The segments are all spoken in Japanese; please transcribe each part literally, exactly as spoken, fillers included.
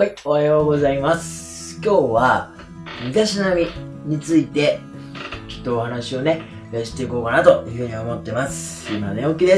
はい、おはようございます。今日は、身だしなみについて、ちょっとお話をね、していこうかなというふうに思ってます。今寝起きです。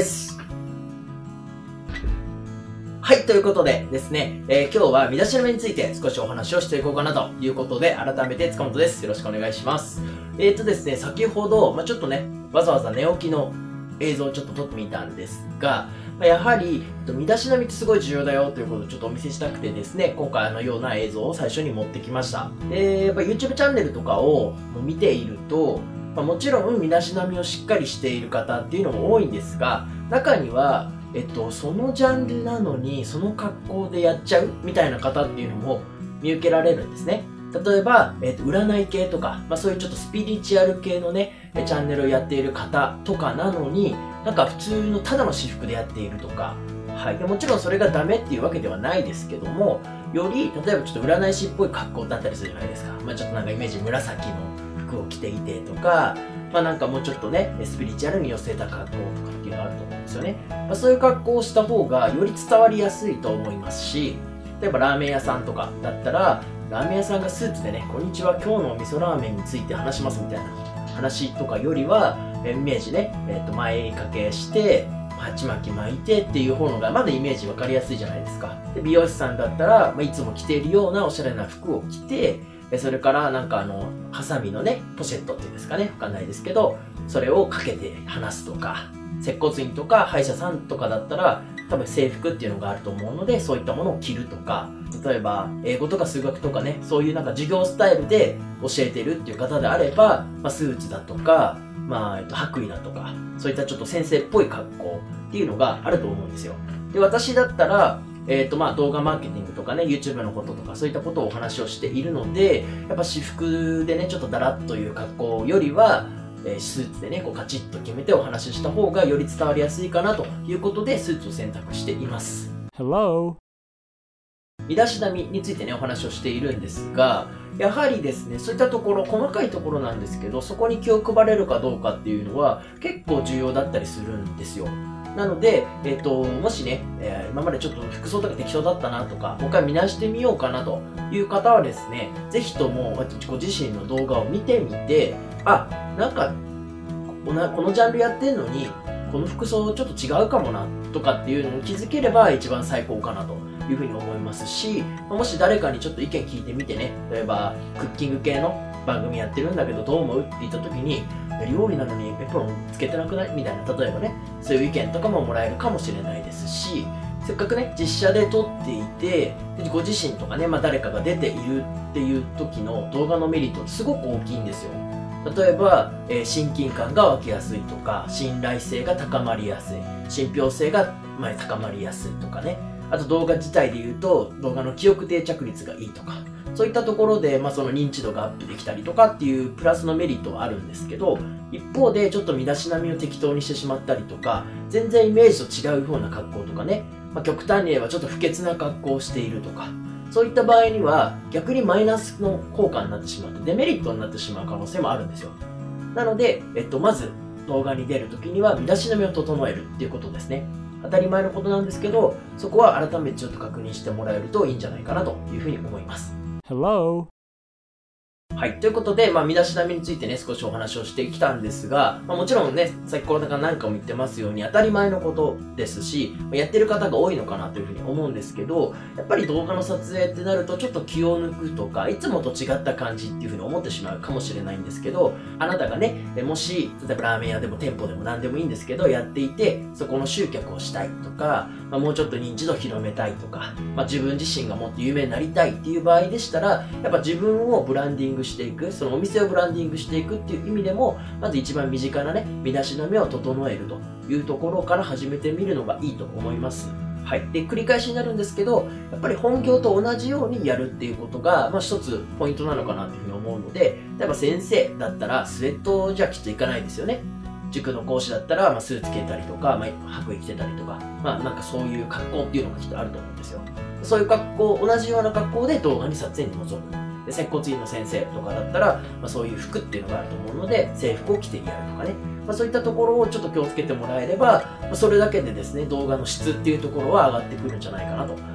はい、ということでですね、えー、今日は身だしなみについて少しお話をしていこうかなということで、改めて塚本です。よろしくお願いします。えーとですね、先ほど、まあ、ちょっとね、わざわざ寝起きの映像をちょっと撮ってみたんですが、やはり、身だしなみってすごい重要だよということをちょっとお見せしたくてですね、今回あのような映像を最初に持ってきました。で、やっぱ YouTube チャンネルとかを見ていると、まあ、もちろん身だしなみをしっかりしている方っていうのも多いんですが、中には、えっと、そのジャンルなのに、その格好でやっちゃうみたいな方っていうのも見受けられるんですね。例えば、えっと、占い系とか、まあそういうちょっとスピリチュアル系のね、チャンネルをやっている方とかなのに、なんか普通のただの私服でやっているとか、はい。でもちろんそれがダメっていうわけではないですけども、より、例えばちょっと占い師っぽい格好だったりするじゃないですか。まあちょっとなんかイメージ紫の服を着ていてとか、まあなんかもうちょっとね、スピリチュアルに寄せた格好とかっていうのがあると思うんですよね。まあそういう格好をした方がより伝わりやすいと思いますし、例えばラーメン屋さんとかだったら、ラーメン屋さんがスーツでね、こんにちは、今日のお味噌ラーメンについて話しますみたいな話とかよりは、イメージね、えっと、前掛けして、鉢巻き巻いてっていう方のがまだイメージ分かりやすいじゃないですか。で美容師さんだったら、まあ、いつも着ているようなおしゃれな服を着て、それからなんかあの、ハサミのね、ポシェットっていうんですかね、わかんないですけど、それをかけて話すとか、接骨院とか歯医者さんとかだったら、多分制服っていうのがあると思うので、そういったものを着るとか、例えば英語とか数学とかね、そういうなんか授業スタイルで教えてるっていう方であれば、まあ、スーツだとか、まあ、えっと、白衣だとか、そういったちょっと先生っぽい格好っていうのがあると思うんですよ。で、私だったら、えっと、まあ、動画マーケティングとかね、YouTube のこととか、そういったことをお話をしているので、やっぱ私服でね、ちょっとだらっという格好よりは、えー、スーツでね、こうカチッと決めてお話しした方がより伝わりやすいかなということで、スーツを選択しています。 Hello。 身だしなみについてね、お話をしているんですが、やはりですね、そういったところ、細かいところなんですけど、そこに気を配れるかどうかっていうのは結構重要だったりするんですよ。なので、えっと、もしね、えー、今までちょっと服装とか適当だったなとか、もう一回見直してみようかなという方はですね、ぜひともご自身の動画を見てみて、あ、なんか、このジャンルやってんのに、この服装ちょっと違うかもなとかっていうのを気づければ一番最高かなというふうに思いますし、もし誰かにちょっと意見聞いてみてね、例えばクッキング系の番組やってるんだけどどう思うって言った時に、料理なのにエプロンつけてなくないみたいな、例えばね、そういう意見とかももらえるかもしれないですし、せっかくね、実写で撮っていて、ご自身とかね、まあ誰かが出ているっていう時の動画のメリットってすごく大きいんですよ。例えば、えー、親近感が湧きやすいとか、信頼性が高まりやすい、信憑性が、まあ、高まりやすいとかね。あと動画自体で言うと、動画の記憶定着率がいいとか、そういったところで、まあ、その認知度がアップできたりとかっていうプラスのメリットはあるんですけど、一方でちょっと身だしなみを適当にしてしまったりとか、全然イメージと違うような格好とかね、まあ、極端に言えばちょっと不潔な格好をしているとか、そういった場合には逆にマイナスの効果になってしまってデメリットになってしまう可能性もあるんですよ。なので、えっと、まず動画に出るときには身だしなみを整えるっていうことですね。当たり前のことなんですけど、そこは改めてちょっと確認してもらえるといいんじゃないかなというふうに思います。 Hello。 はい。ということで、まあ、身だしなみについてね、少しお話をしてきたんですが、まあ、もちろんね、先ほどから何回も言ってますように当たり前のことですし、やってる方が多いのかなというふうに思うんですけど、やっぱり動画の撮影ってなるとちょっと気を抜くとか、いつもと違った感じっていうふうに思ってしまうかもしれないんですけど、あなたがね、もし、例えばラーメン屋でも店舗でも何でもいいんですけど、やっていて、そこの集客をしたいとか、まあ、もうちょっと認知度を広めたいとか、まあ、自分自身がもっと有名になりたいっていう場合でしたら、やっぱ自分をブランディングしていく、そのお店をブランディングしていくっていう意味でも、まず一番身近なね、身だしなみを整えるというところから始めてみるのがいいと思います。はい。で、繰り返しになるんですけど、やっぱり本業と同じようにやるっていうことが、まあ一つポイントなのかなというふうに思うので、例えば先生だったらスウェットじゃきっといかないですよね。塾の講師だったら、まあ、スーツ着てたりとか、まあ、白衣着てたりとか、まあ、なんかそういう格好っていうのがきっとあると思うんですよ。そういう格好、同じような格好で動画に撮影に臨む。で、接骨院の先生とかだったら、まあ、そういう服っていうのがあると思うので、制服を着てやるとかね。まあ、そういったところをちょっと気をつけてもらえれば、まあ、それだけでですね、動画の質っていうところは上がってくるんじゃないかなと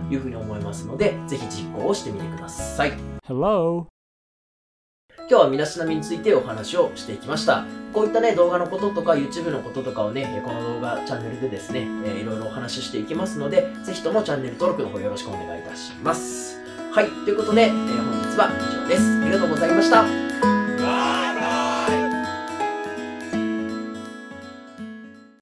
いうふうに思いますので、ぜひ実行をしてみてください。 Hello. 今日は身だしなみについてお話をしていきました。こういったね、動画のこととか YouTube のこととかをね、この動画チャンネルでですね、えー、いろいろお話ししていきますので、ぜひともチャンネル登録の方よろしくお願いいたします。はい、ということで、えー、本日は以上です。ありがとうございました。